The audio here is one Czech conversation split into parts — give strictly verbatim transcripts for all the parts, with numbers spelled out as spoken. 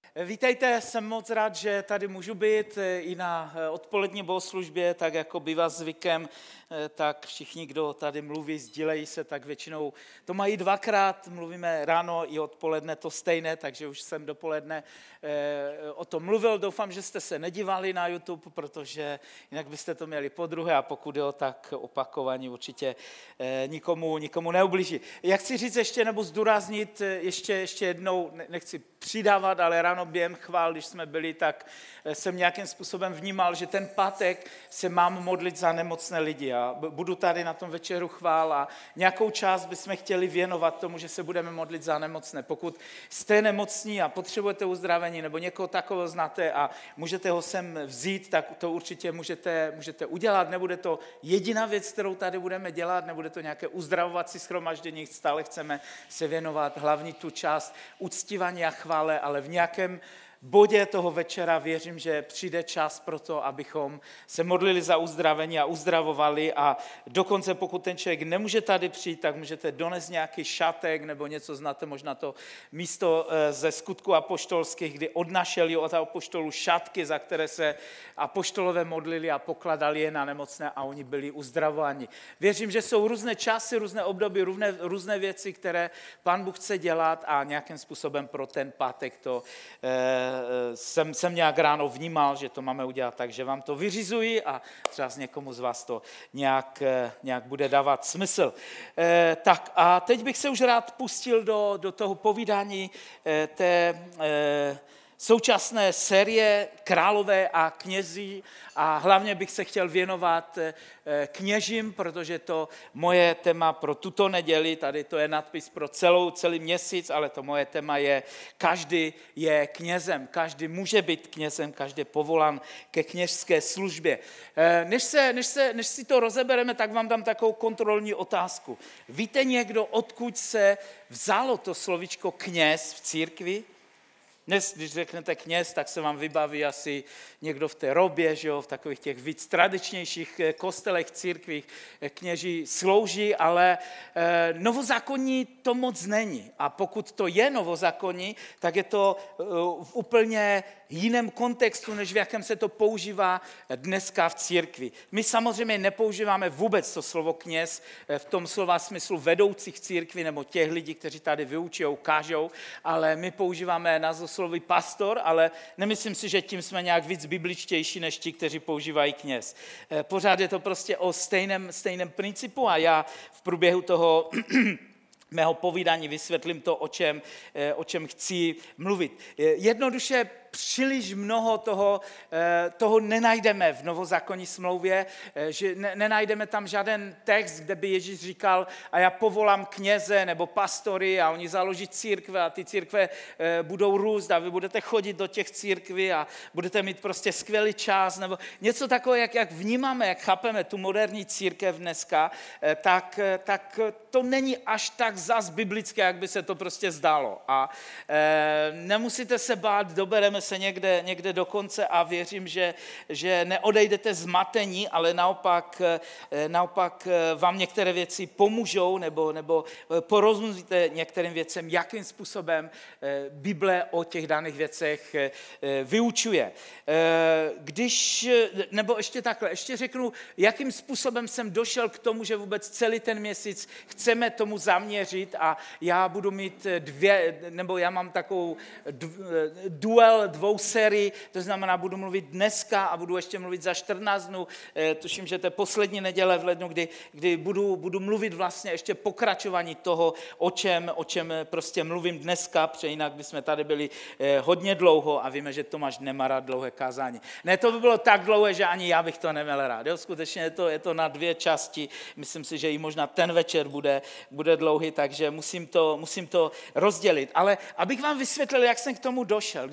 Vítejte, jsem moc rád, že tady můžu být i na odpolední bohoslužbě, tak jako bývá zvykem, tak všichni, kdo tady mluví, sdílejí se, tak většinou to mají dvakrát, mluvíme ráno i odpoledne to stejné, takže už jsem dopoledne o tom mluvil. Doufám, že jste se nedívali na YouTube, protože jinak byste to měli podruhé a pokud jo, tak opakování určitě nikomu, nikomu neublíží. Jak chci říct ještě nebo zdůraznit ještě, ještě jednou, nechci přidávat, ale ráno během chvál, když jsme byli, tak jsem nějakým způsobem vnímal, že ten pátek se mám modlit za nemocné lidi a budu tady na tom večeru chvál a nějakou část bychom chtěli věnovat tomu, že se budeme modlit za nemocné. Pokud jste nemocní a potřebujete uzdravení nebo někoho takového znáte a můžete ho sem vzít, tak to určitě můžete, můžete udělat. Nebude to jediná věc, kterou tady budeme dělat, nebude to nějaké uzdravovací shromaždění, stále chceme se věnovat hlavní tu část uctívání a chvále, ale v nějakém bodě toho večera věřím, že přijde čas pro to, abychom se modlili za uzdravení a uzdravovali a dokonce pokud ten člověk nemůže tady přijít, tak můžete donést nějaký šatek nebo něco, znáte možná to místo ze Skutků apoštolských, kdy odnašeli od apoštolů šatky, za které se apoštolové modlili a pokladali je na nemocné a oni byli uzdravováni. Věřím, že jsou různé časy, různé období, různé, různé věci, které Pán Bůh chce dělat a nějakým způsobem pro ten pátek to eh, Jsem, jsem nějak ráno vnímal, že to máme udělat, takže vám to vyřizuji a třeba z někomu z vás to nějak, nějak bude dávat smysl. E, tak a teď bych se už rád pustil do, do toho povídání e, té e, současné série Králové a knězi a hlavně bych se chtěl věnovat kněžím, protože to moje téma pro tuto neděli, tady to je nadpis pro celou, celý měsíc, ale to moje téma je, každý je knězem, každý může být knězem, každý je povolán ke kněžské službě. Než, se, než, se, než si to rozebereme, tak vám dám takovou kontrolní otázku. Víte někdo, odkud se vzalo to slovíčko kněz v církvi? Dnes, když řeknete kněz, tak se vám vybaví asi někdo v té robě, že jo, v takových těch víc tradičnějších kostelech, církvích kněží slouží, ale e, novozákonní to moc není. A pokud to je novozákonní, tak je to e, v úplně jiném kontextu, než v jakém se to používá dneska v církvi. My samozřejmě nepoužíváme vůbec to slovo kněz v tom slova smyslu vedoucích církvi nebo těch lidí, kteří tady vyučují, kážou, ale my používáme názvosloví pastor, ale nemyslím si, že tím jsme nějak víc bibličtější než ti, kteří používají kněz. Pořád je to prostě o stejném, stejném principu a já v průběhu toho mého povídání vysvětlím to, o čem, o čem chci mluvit. Jednoduše příliš mnoho toho, toho nenajdeme v novozákonní smlouvě, že nenajdeme tam žádný text, kde by Ježíš říkal a já povolám kněze nebo pastory a oni založí církve a ty církve budou růst a vy budete chodit do těch církví a budete mít prostě skvělý čas nebo něco takové, jak, jak vnímáme, jak chápeme tu moderní církev dneska, tak, tak to není až tak zas biblické, jak by se to prostě zdálo. A e, nemusíte se bát, dobereme se někde, někde do konce a věřím, že, že neodejdete zmatení, ale naopak, naopak vám některé věci pomůžou nebo, nebo porozumíte některým věcem, jakým způsobem Bible o těch daných věcech vyučuje. Když, nebo ještě takhle, ještě řeknu, jakým způsobem jsem došel k tomu, že vůbec celý ten měsíc chceme tomu zaměřit a já budu mít dvě, nebo já mám takovou duel dvou sérií, to znamená, budu mluvit dneska a budu ještě mluvit za čtrnáct dnů, tuším, že to je poslední neděle v lednu, kdy, kdy budu, budu mluvit vlastně ještě pokračování toho, o čem, o čem prostě mluvím dneska, protože jinak bychom tady byli hodně dlouho a víme, že Tomáš nemá rád dlouhé kázání. Ne, to by bylo tak dlouhé, že ani já bych to neměl rád. Jo? Skutečně je to, je to na dvě části, myslím si, že i možná ten večer bude, bude dlouhý, takže musím to, musím to rozdělit. Ale abych vám vysvětlil, jak jsem k tomu došel. Když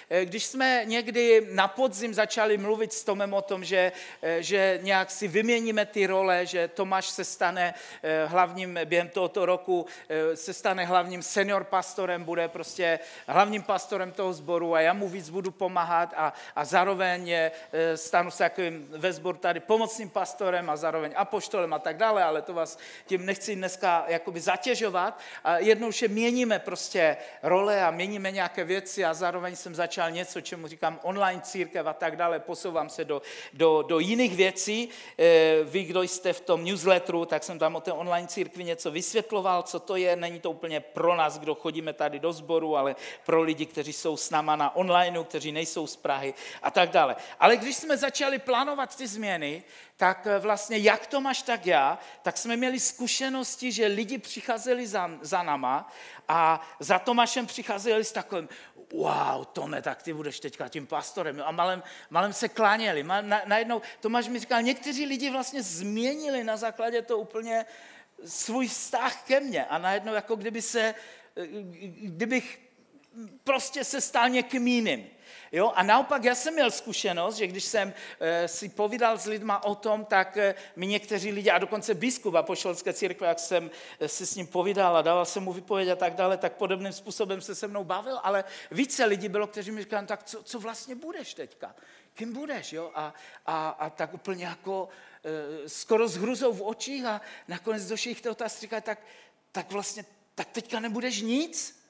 Když jsme někdy na podzim začali mluvit s Tomem o tom, že, že nějak si vyměníme ty role, že Tomáš se stane hlavním, během tohoto roku se stane hlavním senior pastorem, bude prostě hlavním pastorem toho sboru a já mu víc budu pomáhat a, a zároveň je, stanu se takovým ve sboru tady pomocným pastorem a zároveň apoštolem a tak dále, ale to vás tím nechci dneska jakoby zatěžovat. A jednou, že měníme prostě role a měníme nějaké věci a zároveň jsem začal něco, čemu říkám online církev a tak dále, posouvám se do, do, do jiných věcí. Vy, kdo jste v tom newsletteru, tak jsem tam o té online církvi něco vysvětloval, co to je, není to úplně pro nás, kdo chodíme tady do sboru, ale pro lidi, kteří jsou s náma na onlineu, kteří nejsou z Prahy a tak dále. Ale když jsme začali plánovat ty změny, tak vlastně jak Tomáš, tak já, tak jsme měli zkušenosti, že lidi přicházeli za, za náma a za Tomášem přicházeli s takovým, wow, Tome, tak ty budeš teďka tím pastorem. A malem, malem se kláněli. Na, najednou Tomáš mi říkal, někteří lidi vlastně změnili na základě toho úplně svůj vztah ke mně. A najednou jako kdyby se, kdybych prostě se stal někým jiným. Jo? A naopak já jsem měl zkušenost, že když jsem e, si povídal s lidma o tom, tak e, mi někteří lidi, a dokonce biskup apoštolské církve, jak jsem e, si s ním povídal a dával jsem mu vypověď a tak dále, tak podobným způsobem se se mnou bavil, ale více lidí bylo, kteří mi říkali, tak co, co vlastně budeš teďka? Kým budeš? Jo? A, a, a tak úplně jako e, skoro s hruzou v očích a nakonec došli jich to otázky, říkali, tak, tak vlastně, tak teďka nebudeš nic?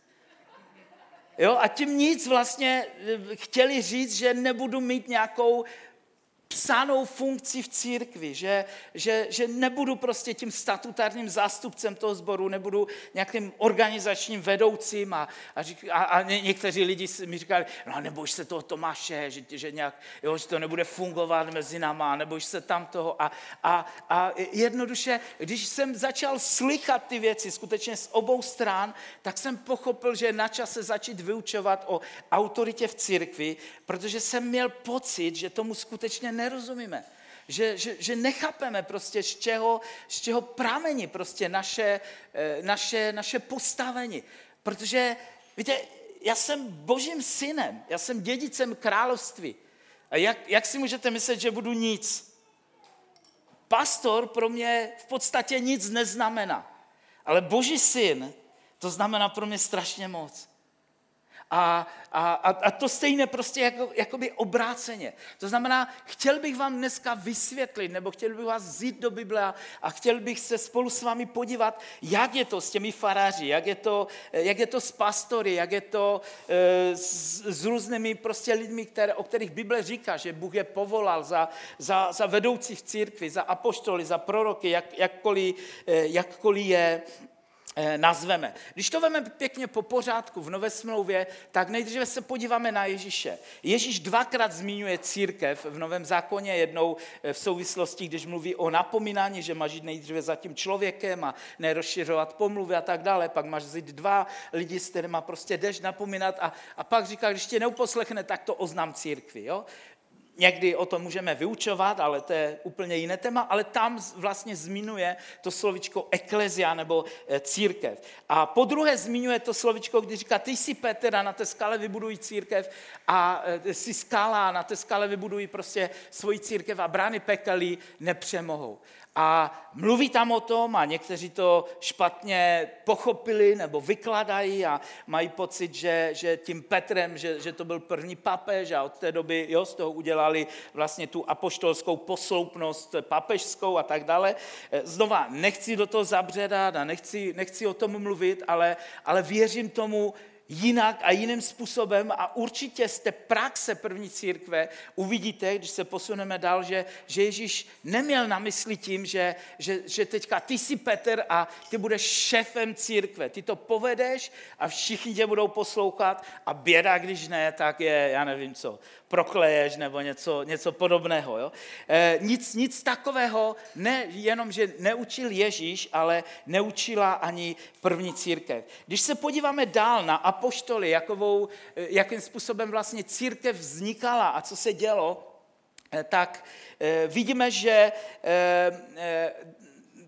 Jo, a tím nic vlastně chtěli říct, že nebudu mít nějakou psanou funkci v církvi, že, že, že nebudu prostě tím statutárním zástupcem toho sboru, nebudu nějakým organizačním vedoucím a, a, řík, a, a někteří lidi mi říkali, no nebož se toho Tomáše, že, že, nějak, jo, že to nebude fungovat mezi náma, nebož se tam toho a, a, a jednoduše, když jsem začal slychat ty věci skutečně z obou stran, tak jsem pochopil, že je na čase začít vyučovat o autoritě v církvi, protože jsem měl pocit, že tomu skutečně nerozumíme. Že, že, že nechápeme prostě, z čeho, z čeho pramení prostě naše, naše, naše postavení. Protože, víte, já jsem Božím synem, já jsem dědicem království. A jak, jak si můžete myslet, že budu nic? Pastor pro mě v podstatě nic neznamená. Ale Boží syn, to znamená pro mě strašně moc. A, a, a to stejné prostě jako, jakoby obráceně. To znamená, chtěl bych vám dneska vysvětlit, nebo chtěl bych vás vzít do Bible a, a chtěl bych se spolu s vámi podívat, jak je to s těmi faráři, jak je to, jak je to s pastory, jak je to e, s, s různými prostě lidmi, které, o kterých Bible říká, že Bůh je povolal za, za, za vedoucí v církvi, za apoštoly, za proroky, jak, jakkoliv, e, jakkoliv je nazveme. Když to veme pěkně po pořádku v Nové smlouvě, tak nejdříve se podíváme na Ježíše. Ježíš dvakrát zmiňuje církev v Novém zákoně, jednou v souvislosti, když mluví o napomínání, že máš jít nejdříve za tím člověkem a nerozšiřovat pomluvy a tak dále, pak máš vzít dva lidi, s kterýma prostě jdeš napomínat a, a pak říká, když tě neuposlechne, tak to oznám církvi. Jo? Někdy o tom můžeme vyučovat, ale to je úplně jiné téma, ale tam vlastně zmiňuje to slovičko eklezia nebo církev. A po druhé zmiňuje to slovičko, když říká, ty jsi Petr a na té skale vybudují církev a jsi skala a na té skale vybudují prostě svoji církev a brány pekelí nepřemohou. A mluví tam o tom a někteří to špatně pochopili nebo vykladají a mají pocit, že, že tím Petrem, že, že to byl první papež a od té doby jo, z toho udělali vlastně tu apoštolskou posloupnost papežskou a tak dále. Znova, nechci do toho zabředat a nechci, nechci o tom mluvit, ale, ale věřím tomu, jinak a jiným způsobem a určitě z té praxe první církve uvidíte, když se posuneme dál, že, že Ježíš neměl na mysli tím, že, že, že teďka ty jsi Petr a ty budeš šéfem církve. Ty to povedeš a všichni tě budou poslouchat a běda, když ne, tak je, já nevím co, prokleješ nebo něco, něco podobného. Jo? E, nic, nic takového, ne jenom, že neučil Ježíš, ale neučila ani první církev. Když se podíváme dál na apoštoly, jakovou, jakým způsobem vlastně církev vznikala a co se dělo, tak e, vidíme, že e, e,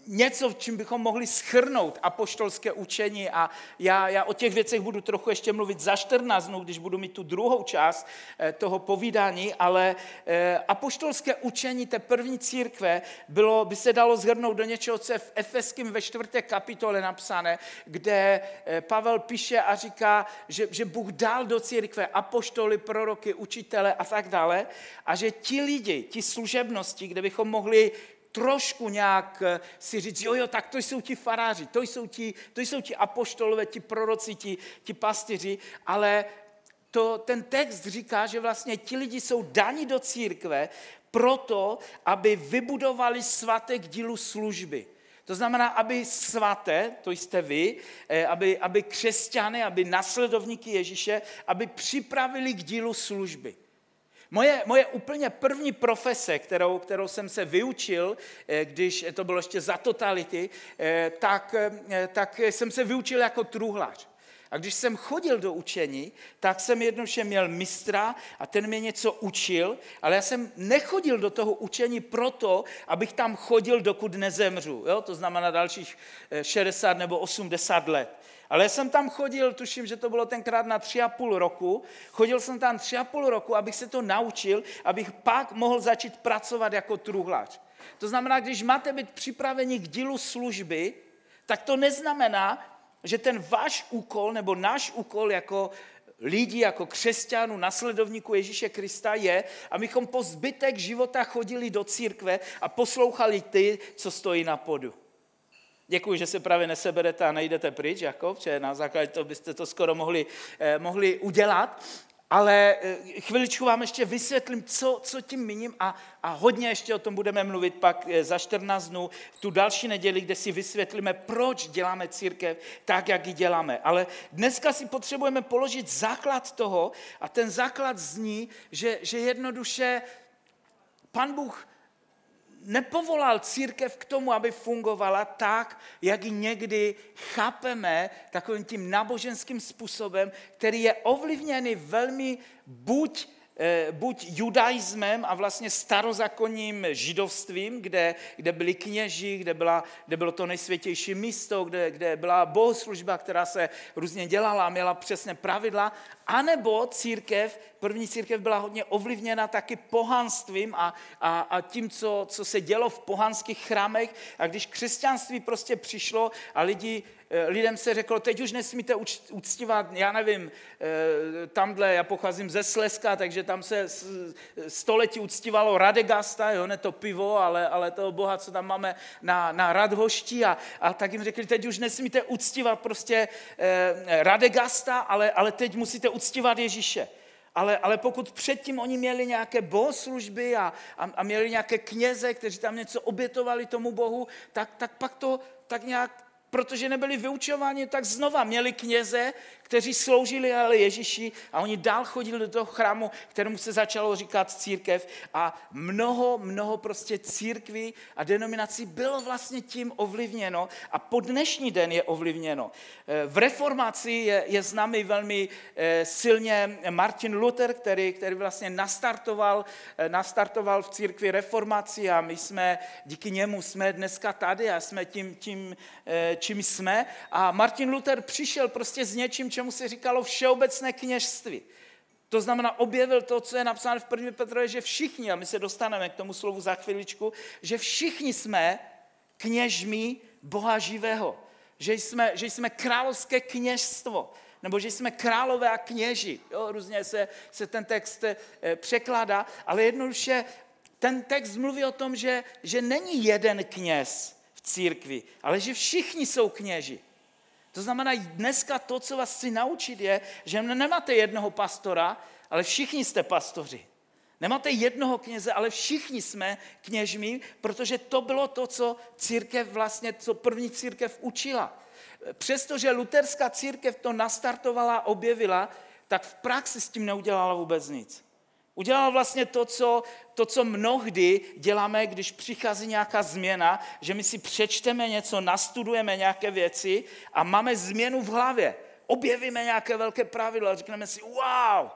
něco, čím bychom mohli shrnout apoštolské učení a já, já o těch věcech budu trochu ještě mluvit za čtrnáct dnů, když budu mít tu druhou část toho povídání, ale apoštolské učení té první církve bylo, by se dalo shrnout do něčeho, co je v Efeským ve čtvrté kapitole napsané, kde Pavel píše a říká, že, že Bůh dal do církve apoštoly, proroky, učitele a tak dále a že ti lidi, ti služebnosti, kde bychom mohli trošku nějak si říct, jo, jo, tak to jsou ti faráři, to jsou ti, to jsou ti apoštolové, ti proroci, ti, ti pastyři, ale to, ten text říká, že vlastně ti lidi jsou daní do církve proto, aby vybudovali svaté k dílu služby. To znamená, aby svaté, to jste vy, aby, aby křesťané, aby nasledovníky Ježíše, aby připravili k dílu služby. Moje, moje úplně první profese, kterou, kterou jsem se vyučil, když to bylo ještě za totality, tak, tak jsem se vyučil jako truhlář. A když jsem chodil do učení, tak jsem jednoduše měl mistra a ten mě něco učil, ale já jsem nechodil do toho učení proto, abych tam chodil, dokud nezemřu. Jo? To znamená dalších šedesát nebo osmdesát let. Ale já jsem tam chodil, tuším, že to bylo tenkrát na tři a půl roku, chodil jsem tam tři a půl roku, abych se to naučil, abych pak mohl začít pracovat jako truhlář. To znamená, když máte být připraveni k dílu služby, tak to neznamená, že ten váš úkol nebo náš úkol jako lidí, jako křesťanů, nasledovníků Ježíše Krista je, abychom po zbytek života chodili do církve a poslouchali ty, co stojí na podu. Děkuji, že se právě neseberete a nejdete pryč, jako, protože na základě toho byste to skoro mohli, eh, mohli udělat. Ale eh, chviličku vám ještě vysvětlím, co, co tím míním a, a hodně ještě o tom budeme mluvit pak eh, za čtrnáct dnů v tu další neděli, kde si vysvětlíme, proč děláme církev tak, jak ji děláme. Ale dneska si potřebujeme položit základ toho a ten základ zní, že, že jednoduše Pan Bůh nepovolal církev k tomu, aby fungovala tak, jak ji někdy chápeme takovým tím náboženským způsobem, který je ovlivněný velmi buď, buď judaismem a vlastně starozákonním židovstvím, kde, kde byli kněži, kde, byla, kde bylo to nejsvětější místo, kde, kde byla bohoslužba, která se různě dělala a měla přesné pravidla, anebo církev, první církev byla hodně ovlivněna taky pohanstvím a, a, a tím, co, co se dělo v pohanských chrámech. A když křesťanství prostě přišlo a lidi, lidem se řeklo, teď už nesmíte uctívat, já nevím, tamhle, já pocházím ze Slezska, takže tam se století uctívalo Radegasta, jo, ne to pivo, ale, ale toho Boha, co tam máme na, na Radhošti a, a tak jim řekli, teď už nesmíte uctívat prostě eh, Radegasta, ale, ale teď musíte uctívat Ježíše. Ale, ale pokud předtím oni měli nějaké bohoslužby a, a, a měli nějaké kněze, kteří tam něco obětovali tomu Bohu, tak, tak pak to tak nějak, protože nebyli vyučováni, tak znova měli kněze, kteří sloužili ale Ježíši a oni dál chodili do toho chrámu, kterému se začalo říkat církev a mnoho, mnoho prostě církví a denominací bylo vlastně tím ovlivněno a po dnešní den je ovlivněno. V reformaci je, je známý velmi silně Martin Luther, který, který vlastně nastartoval, nastartoval v církvi reformaci a my jsme, díky němu jsme dneska tady a jsme tím, tím čím jsme. A Martin Luther přišel prostě s něčím, čemu se říkalo všeobecné kněžství. To znamená, objevil to, co je napsáno v první Petrově, že všichni, a my se dostaneme k tomu slovu za chviličku, že všichni jsme kněžmi Boha živého. Že jsme, že jsme královské kněžstvo, nebo že jsme králové a kněži. Jo, různě se, se ten text eh, překládá, ale jednoduše ten text mluví o tom, že, že není jeden kněz v církvi, ale že všichni jsou kněži. To znamená, dneska to, co vás chci naučit, je, že nemáte jednoho pastora, ale všichni jste pastoři. Nemáte jednoho kněze, ale všichni jsme kněžmi, protože to bylo to, co církev vlastně, co první církev učila. Přestože luterská církev to nastartovala, objevila, tak v praxi s tím neudělala vůbec nic. Udělala vlastně to co, to, co mnohdy děláme, když přichází nějaká změna, že my si přečteme něco, nastudujeme nějaké věci a máme změnu v hlavě. Objevíme nějaké velké pravidlo a řekneme si wow,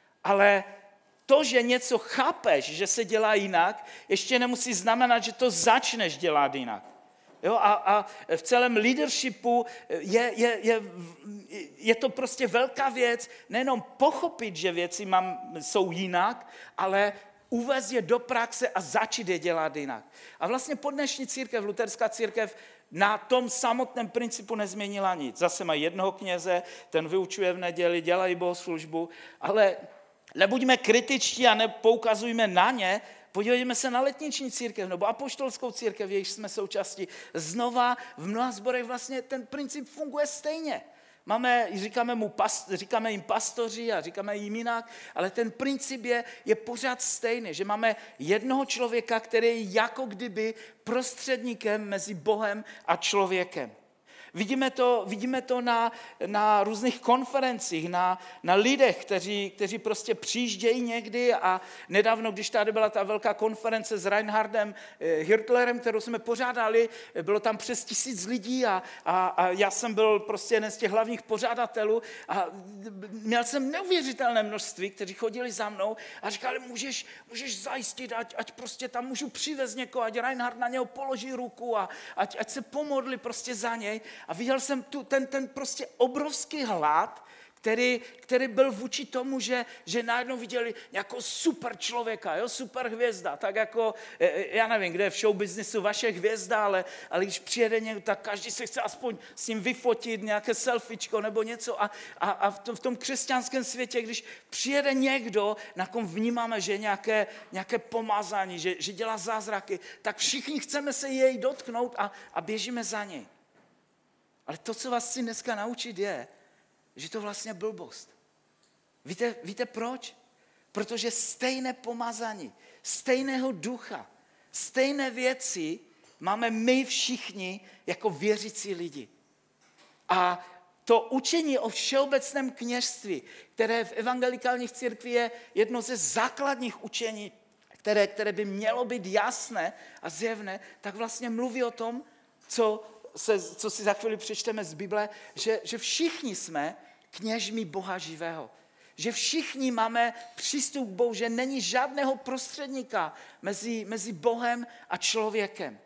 ale to, že něco chápeš, že se dělá jinak, ještě nemusí znamenat, že to začneš dělat jinak. Jo, a, a v celém leadershipu je, je, je, je to prostě velká věc, nejenom pochopit, že věci mám, jsou jinak, ale uvést je do praxe a začít je dělat jinak. A vlastně po dnešní církev, luterská církev, na tom samotném principu nezměnila nic. Zase mají jednoho kněze, ten vyučuje v neděli, dělají bohoslužbu, ale nebuďme kritičtí a nepoukazujme na ně, podívejme se na letniční církev nebo apoštolskou církev, jejíž jsme součástí. Znova v mnoha sborech vlastně ten princip funguje stejně. Máme, říkáme, mu, říkáme jim pastoři a říkáme jim jinak, ale ten princip je, je pořád stejný, že máme jednoho člověka, který je jako kdyby prostředníkem mezi Bohem a člověkem. Vidíme to, vidíme to na, na různých konferencích, na, na lidech, kteří, kteří prostě přijíždějí někdy a nedávno, když tady byla ta velká konference s Reinhardem Hirtlerem, kterou jsme pořádali, bylo tam přes tisíc lidí a, a, a já jsem byl prostě jeden z těch hlavních pořádatelů a měl jsem neuvěřitelné množství, kteří chodili za mnou a říkali, můžeš, můžeš zajistit, ať, ať prostě tam můžu přivést někoho, ať Reinhard na něho položí ruku a ať, ať se pomodli prostě za něj. A viděl jsem tu, ten, ten prostě obrovský hlad, který, který byl vůči tomu, že, že najednou viděli nějakou super člověka, jo, super hvězda, tak jako, já nevím, kde je v showbiznisu vaše hvězda, ale, ale když přijede někdo, tak každý se chce aspoň s ním vyfotit, nějaké selfiečko nebo něco a, a, a v, tom, v tom křesťanském světě, když přijede někdo, na kom vnímáme, že je nějaké, nějaké pomazání, že, že dělá zázraky, tak všichni chceme se jej dotknout a, a běžíme za něj. Ale to, co vás chci dneska naučit, je, že to vlastně blbost. Víte, víte proč? Protože stejné pomazání, stejného ducha, stejné věci máme my všichni jako věřící lidi. A to učení o všeobecném kněžství, které v evangelikálních církvi je jedno ze základních učení, které, které by mělo být jasné a zjevné, tak vlastně mluví o tom, co Se, co si za chvíli přečteme z Bible, že, že všichni jsme kněžmi Boha živého. Že všichni máme přístup k Bohu, že není žádného prostředníka mezi, mezi Bohem a člověkem.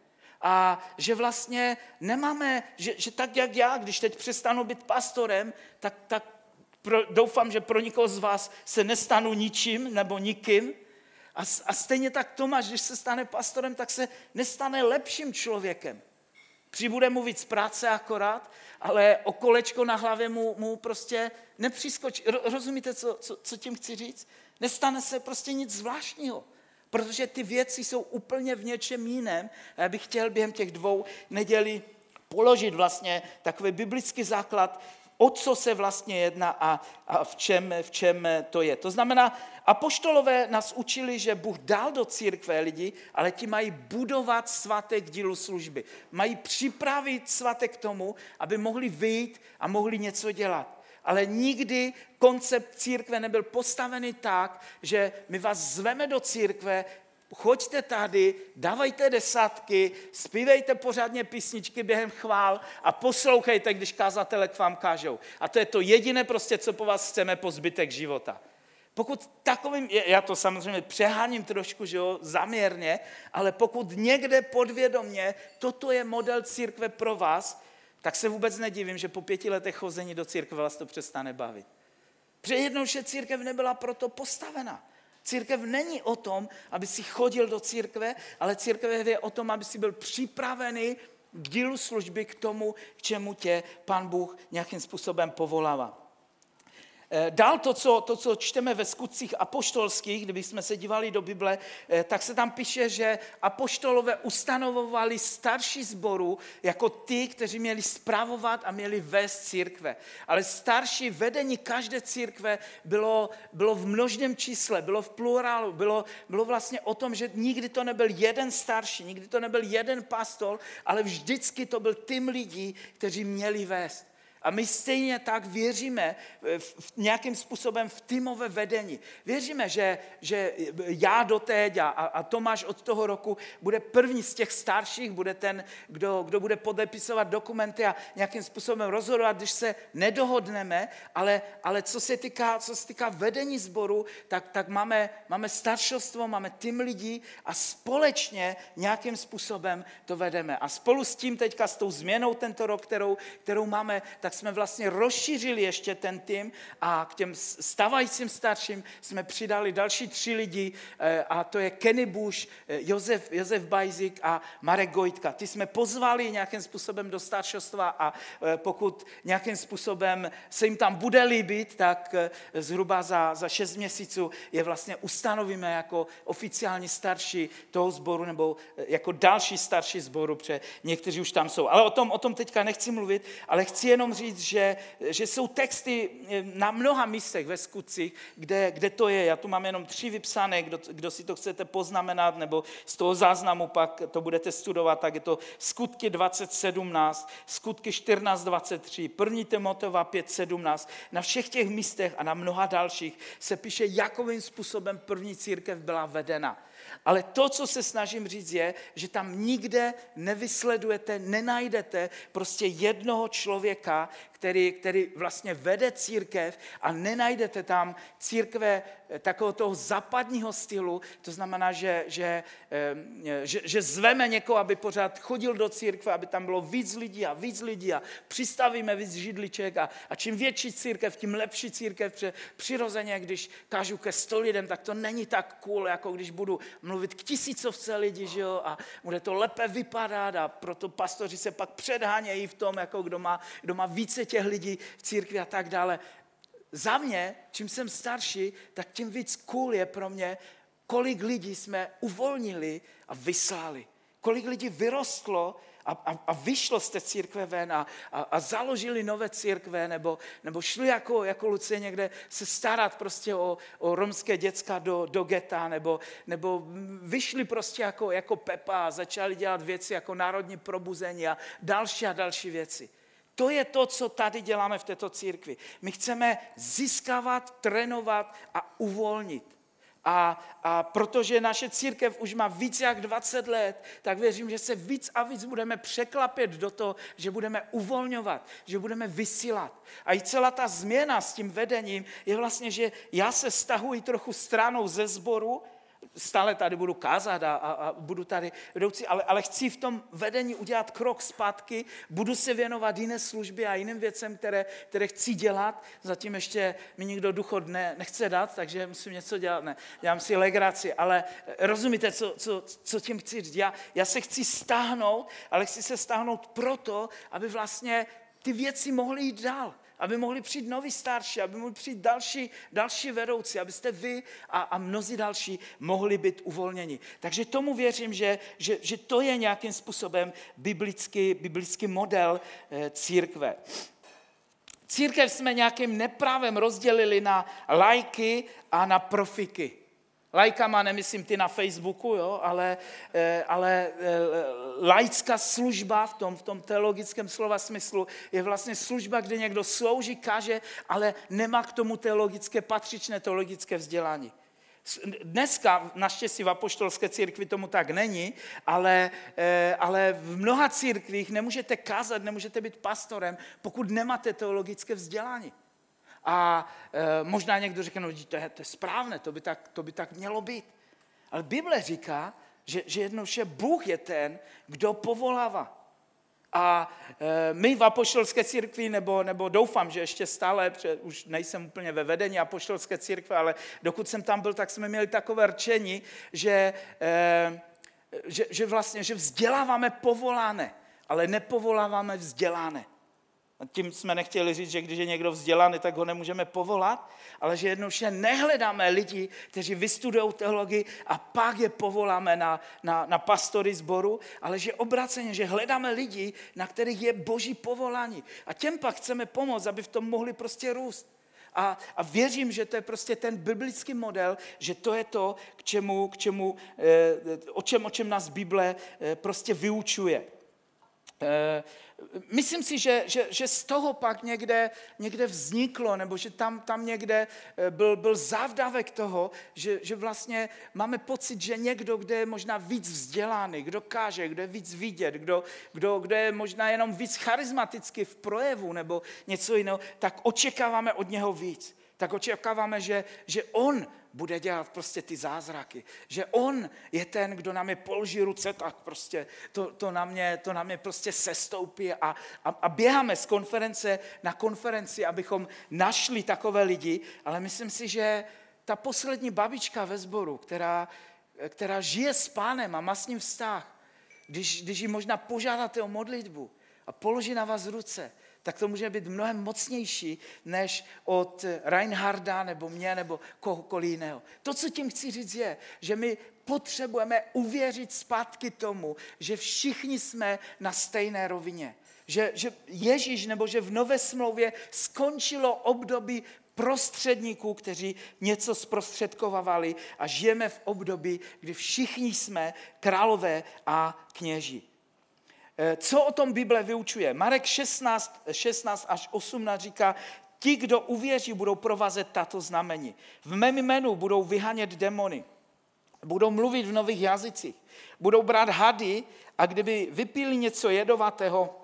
A že vlastně nemáme, že, že tak jak já, když teď přestanu být pastorem, tak, tak pro, doufám, že pro nikoho z vás se nestanu ničím nebo nikým. A, a stejně tak Tomáš, když se stane pastorem, tak se nestane lepším člověkem. Přibude mu víc práce akorát, ale o kolečko na hlavě mu, mu prostě nepřiskočí. Rozumíte, co, co, co tím chci říct? Nestane se prostě nic zvláštního, protože ty věci jsou úplně v něčem jiném. A já bych chtěl během těch dvou nedělí položit vlastně takový biblický základ, o co se vlastně jedná a, a v, čem, v čem to je. To znamená, apoštolové nás učili, že Bůh dal do církve lidi, ale ti mají budovat svatek dílu služby. Mají připravit svatek k tomu, aby mohli vyjít a mohli něco dělat. Ale nikdy koncept církve nebyl postavený tak, že my vás zveme do církve, choďte tady, dávajte desátky, zpívejte pořádně písničky během chvál a poslouchejte, když kázatelé k vám kážou. A to je to jediné prostě, co po vás chceme po zbytek života. Pokud takovým, já to samozřejmě přeháním trošku, že jo, zaměrně, ale pokud někde podvědomě toto je model církve pro vás, tak se vůbec nedivím, že po pěti letech chození do církve vás to přestane bavit. Protože jednou, že církev nebyla proto postavena. Církev není o tom, aby si chodil do církve, ale církev je o tom, aby si byl připravený k dílu služby, k tomu, k čemu tě Pán Bůh nějakým způsobem povolává. Dál to co, to, co čteme ve skutcích apoštolských, kdybychom se dívali do Bible, tak se tam píše, že apoštolové ustanovovali starší sboru jako ty, kteří měli spravovat a měli vést církve. Ale starší vedení každé církve bylo, bylo v množném čísle, bylo v plurálu, bylo, bylo vlastně o tom, že nikdy to nebyl jeden starší, nikdy to nebyl jeden pastor, ale vždycky to byl tým lidí, kteří měli vést. A my stejně tak věříme v, v nějakým způsobem v týmové vedení. Věříme, že, že já doteď a, a Tomáš od toho roku bude první z těch starších, bude ten, kdo, kdo bude podepisovat dokumenty a nějakým způsobem rozhodovat, když se nedohodneme, ale, ale co se týká, co se týká vedení sboru, tak, tak máme, máme staršostvo, máme tým lidí a společně nějakým způsobem to vedeme. A spolu s tím teďka, s tou změnou tento rok, kterou, kterou máme, tak jsme vlastně rozšířili ještě ten tým a k těm stávajícím starším jsme přidali další tři lidi a to je Kenny Bush, Josef, Josef Bajzik a Marek Gojtka. Ty jsme pozvali nějakým způsobem do staršostva a pokud nějakým způsobem se jim tam bude líbit, tak zhruba za, za šest měsíců je vlastně ustanovíme jako oficiální starší toho sboru nebo jako další starší sboru, protože někteří už tam jsou. Ale o tom, o tom teďka nechci mluvit, ale chci jenom říct, že, že jsou texty na mnoha místech ve Skutcích, kde, kde to je. Já tu mám jenom tři vypsané, kdo, kdo si to chcete poznamenat, nebo z toho záznamu pak to budete studovat, tak je to Skutky dvacet sedmnáct, Skutky čtrnáct dvacet tři, první Timoteova pět sedmnáct. Na všech těch místech a na mnoha dalších se píše, jakovým způsobem první církev byla vedena. Ale to, co se snažím říct, je, že tam nikde nevysledujete, nenajdete prostě jednoho člověka, který, který vlastně vede církev a nenajdete tam církve takového toho západního stylu, to znamená, že, že, že, že zveme někoho, aby pořád chodil do církve, aby tam bylo víc lidí a víc lidí a přistavíme víc židliček a, a čím větší církev, tím lepší církev, protože přirozeně, když kážu ke sto lidem, tak to není tak cool, jako když budu mluvit k tisícovce lidí, že jo, a bude to lépe vypadat a proto pastoři se pak předhánějí v tom, jako kdo má, kdo má více těch lidí v církvi a tak dále. Za mě, čím jsem starší, tak tím víc cool je pro mě, kolik lidí jsme uvolnili a vyslali. Kolik lidí vyrostlo a, a, a vyšlo z té církve ven a, a, a založili nové církve, nebo, nebo šli jako, jako Lucie někde se starat prostě o, o romské děcka do, do geta, nebo, nebo vyšli prostě jako, jako Pepa a začali dělat věci jako národní probuzení a další a další věci. To je to, co tady děláme v této církvi. My chceme získávat, trénovat a uvolnit. A, a protože naše církev už má víc jak dvacet let, tak věřím, že se víc a víc budeme překlapět do toho, že budeme uvolňovat, že budeme vysílat. A i celá ta změna s tím vedením je vlastně, že já se stahuji trochu stranou ze sboru, stále tady budu kázat a, a, a budu tady vedoucí, ale, ale chci v tom vedení udělat krok zpátky, budu se věnovat jiné službě a jiným věcem, které, které chci dělat. Zatím ještě mi nikdo duchot ne, nechce dát, takže musím něco dělat. Ne, dělám si legraci, ale rozumíte, co, co, co tím chci říct? Já, já se chci stáhnout, ale chci se stáhnout proto, aby vlastně ty věci mohly jít dál. Aby mohli přijít noví starší, aby mohli přijít další, další vedoucí, abyste vy a, a mnozí další mohli být uvolněni. Takže tomu věřím, že, že, že to je nějakým způsobem biblický, biblický model e, církve. Církev jsme nějakým neprávem rozdělili na lajky a na profiky. Lajkama nemyslím ty na Facebooku, jo, ale, ale laická služba v tom, v tom teologickém slova smyslu je vlastně služba, kde někdo slouží, káže, ale nemá k tomu teologické, patřičné teologické vzdělání. Dneska naštěstí v apoštolské církvi tomu tak není, ale, ale v mnoha církvích nemůžete kázat, nemůžete být pastorem, pokud nemáte teologické vzdělání. A e, možná někdo řekne, no to je, to je správné, to by, tak, to by tak mělo být. Ale Bible říká, že, že jednoduše Bůh je ten, kdo povolává. A e, my v apoštolské církvi, nebo, nebo doufám, že ještě stále, protože už nejsem úplně ve vedení apoštolské církve, ale dokud jsem tam byl, tak jsme měli takové rčení, že, e, že, že vlastně že vzděláváme povolané, ale nepovoláváme vzdělané. Tím jsme nechtěli říct, že když je někdo vzdělaný, tak ho nemůžeme povolat, ale že jednoduše nehledáme lidi, kteří vystudují teologii a pak je povoláme na, na, na pastory sboru, ale že obráceně, že hledáme lidi, na kterých je boží povolání. A těm pak chceme pomoct, aby v tom mohli prostě růst. A, a věřím, že to je prostě ten biblický model, že to je to, k čemu, k čemu, o čem, o čem nás Bible prostě vyučuje. Myslím si, že, že, že z toho pak někde, někde vzniklo, nebo že tam, tam někde byl, byl závdavek toho, že, že vlastně máme pocit, že někdo, kdo je možná víc vzdělaný, kdo káže, kdo je víc vidět, kdo, kdo, kdo je možná jenom víc charismatický v projevu nebo něco jiného, tak očekáváme od něho víc. Tak očekáváme, že, že on bude dělat prostě ty zázraky. Že on je ten, kdo na mě položí ruce, tak prostě to, to, na, mě, to na mě prostě sestoupí a, a, a běháme z konference na konferenci, abychom našli takové lidi, ale myslím si, že ta poslední babička ve sboru, která, která žije s Pánem a má s ním vztah, když, když ji možná požádáte o modlitbu a položí na vás ruce, tak to může být mnohem mocnější než od Reinharda nebo mě nebo kohokoliv jiného. To, co tím chci říct, je, že my potřebujeme uvěřit zpátky tomu, že všichni jsme na stejné rovině. Že, že Ježíš nebo že v Nové smlouvě skončilo období prostředníků, kteří něco zprostředkovávali a žijeme v období, kdy všichni jsme králové a kněží. Co o tom Bible vyučuje? Marek šestnáct, šestnáct až osmnáct říká, ti, kdo uvěří, budou provázet tato znamení. V mém jménu budou vyhánět demony, budou mluvit v nových jazycích, budou brát hady a kdyby vypili něco jedovatého,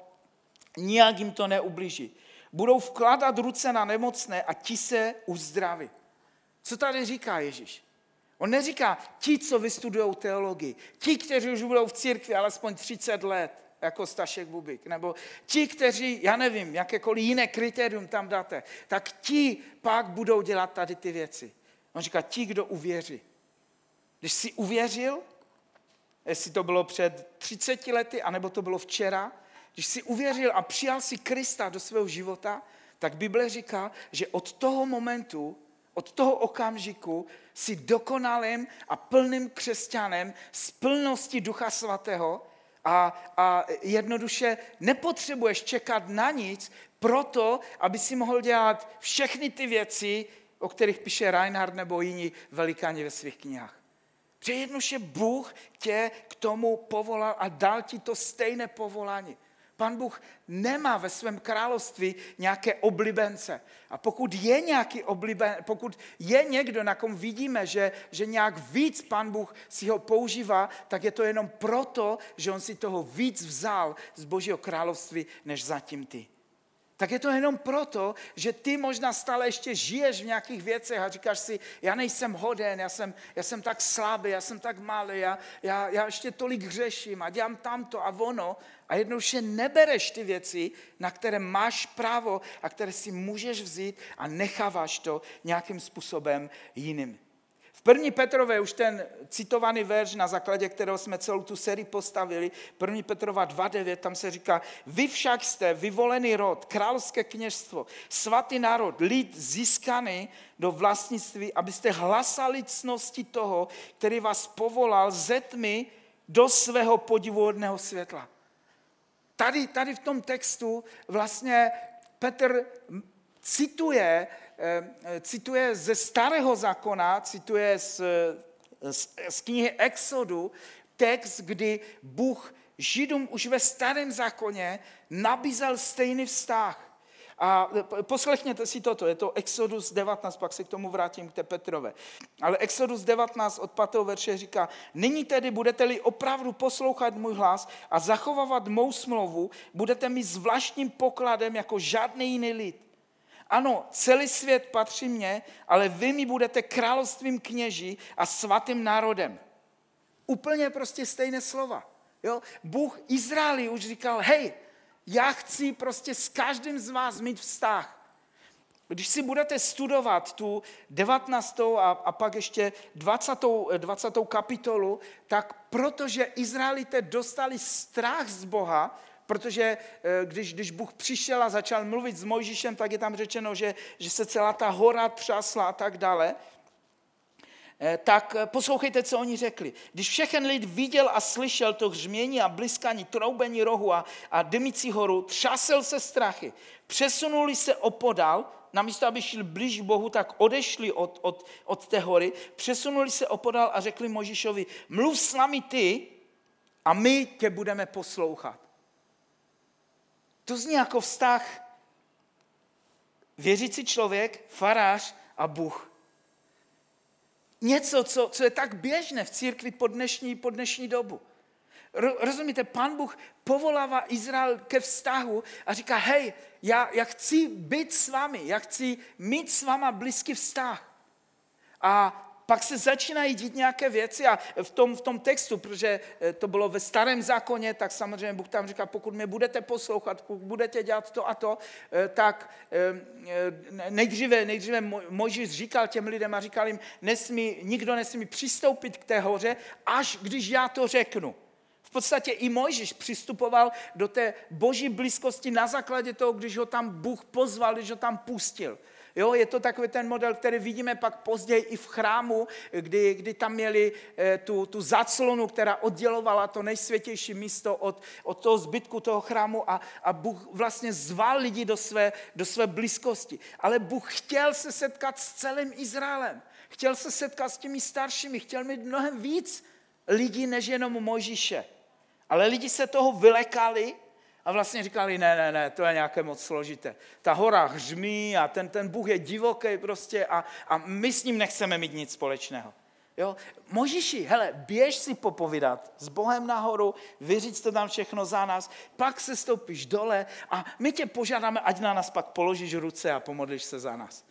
nijak jim to neublíží. Budou vkládat ruce na nemocné a ti se uzdraví. Co tady říká Ježíš? On neříká ti, co vystudují teologii, ti, kteří už budou v církvi alespoň třicet let, jako Stašek Bubik, nebo ti, kteří, já nevím, jakékoliv jiné kritérium tam dáte, tak ti pak budou dělat tady ty věci. On říká, ti, kdo uvěří. Když jsi uvěřil, jestli to bylo před třiceti lety, anebo to bylo včera, když jsi uvěřil a přijal si Krista do svého života, tak Bible říká, že od toho momentu, od toho okamžiku jsi dokonalým a plným křesťanem z plnosti Ducha Svatého, A, a jednoduše nepotřebuješ čekat na nic proto, aby si mohl dělat všechny ty věci, o kterých píše Reinhard nebo jiní velikáni ve svých knihách. Protože jednoduše Bůh tě k tomu povolal a dal ti to stejné povolání. Pan Bůh nemá ve svém království nějaké oblíbence. A pokud je nějaký oblíben, pokud je někdo, na kom vidíme, že, že nějak víc Pan Bůh si ho používá, tak je to jenom proto, že on si toho víc vzal z Božího království, než zatím ty. Tak je to jenom proto, že ty možná stále ještě žiješ v nějakých věcech a říkáš si, já nejsem hoden, já jsem, já jsem tak slabý, já jsem tak malý, já, já, já ještě tolik hřeším a dělám tamto a ono a jednoduše nebereš ty věci, na které máš právo a které si můžeš vzít a necháváš to nějakým způsobem jiným. V první Petrové už ten citovaný verš, na základě kterého jsme celou tu sérii postavili, první Petrova dva devět, tam se říká, vy však jste vyvolený rod, královské kněžstvo, svatý národ, lid získaný do vlastnictví, abyste hlasali ctnosti toho, který vás povolal ze tmy do svého podivuhodného světla. Tady, tady v tom textu vlastně Petr cituje cituje ze starého zákona, cituje z, z, z knihy Exodu, text, kdy Bůh Židům už ve starém zákoně nabízel stejný vztah. A poslechněte si toto, je to Exodus devatenáct, pak se k tomu vrátím k té Petrové. Ale Exodus devatenáct od pátého verše říká, nyní tedy budete-li opravdu poslouchat můj hlas a zachovávat mou smlouvu, budete mi zvláštním pokladem jako žádný jiný lid. Ano, celý svět patří mně, ale vy mi budete královstvím kněží a svatým národem. Úplně prostě stejné slova. Jo? Bůh Izraeli už říkal, hej, já chci prostě s každým z vás mít vztah. Když si budete studovat tu devatenáctou a, a pak ještě dvacátou, dvacátou kapitolu, tak protože Izraelité dostali strach z Boha, protože když, když Bůh přišel a začal mluvit s Mojžíšem, tak je tam řečeno, že, že se celá ta hora třasla a tak dále. Tak poslouchejte, co oni řekli. Když všechen lid viděl a slyšel to hřmění a bliskání, troubení rohu a, a dymící horu, třasel se strachy. Přesunuli se opodál, namísto aby šli blíž k Bohu, tak odešli od, od, od té hory, přesunuli se opodál a řekli Mojžíšovi, mluv s námi ty a my tě budeme poslouchat. To zní jako vztah věřící člověk, farář a Bůh. Něco, co, co je tak běžné v církvi po dnešní, po dnešní dobu. Rozumíte, Pán Bůh povolává Izrael ke vztahu a říká, hej, já, já chci být s vámi, já chci mít s váma blízký vztah. A pak se začínají dít nějaké věci a v tom, v tom textu, protože to bylo ve starém zákoně, tak samozřejmě Bůh tam říká, pokud mě budete poslouchat, pokud budete dělat to a to, tak nejdříve, nejdříve Mojžíš říkal těm lidem a říkal jim, nesmí, nikdo nesmí přistoupit k té hoře, až když já to řeknu. V podstatě i Mojžíš přistupoval do té boží blízkosti na základě toho, když ho tam Bůh pozval, když ho tam pustil. Jo, je to takový ten model, který vidíme pak později i v chrámu, kdy, kdy tam měli eh, tu, tu zaclonu, která oddělovala to nejsvětější místo od, od toho zbytku toho chrámu a, a Bůh vlastně zval lidi do své, do své blízkosti. Ale Bůh chtěl se setkat s celým Izraelem. Chtěl se setkat s těmi staršími, chtěl mít mnohem víc lidí, než jenom Mojžíše. Ale lidi se toho vylekali a vlastně říkali, ne, ne, ne, to je nějaké moc složité. Ta hora hřmí a ten, ten Bůh je divoký prostě a, a my s ním nechceme mít nic společného. Jo? Mojžíši, hele, běž si popovídat s Bohem nahoru, vyříct to tam všechno za nás, pak se stoupíš dole a my tě požádáme, ať na nás pak položíš ruce a pomodlíš se za nás.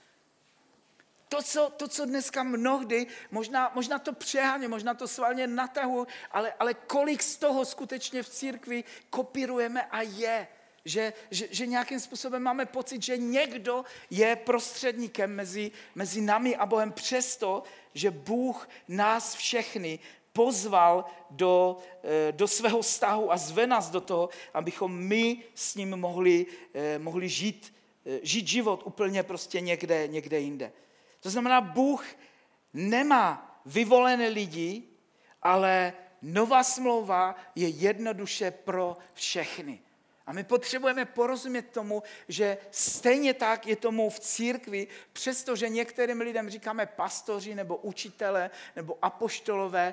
To, co, to, co dneska mnohdy, možná, možná to přeháně, možná to svalně natahu, ale, ale kolik z toho skutečně v církvi kopírujeme a je, že, že, že nějakým způsobem máme pocit, že někdo je prostředníkem mezi, mezi námi a Bohem přesto, že Bůh nás všechny pozval do, do svého vztahu a zve nás do toho, abychom my s ním mohli, mohli žít, žít život úplně prostě někde, někde jinde. To znamená, Bůh nemá vyvolené lidi, ale nová smlouva je jednoduše pro všechny. A my potřebujeme porozumět tomu, že stejně tak je tomu v církvi, přestože některým lidem říkáme pastoři nebo učitele nebo apoštolové,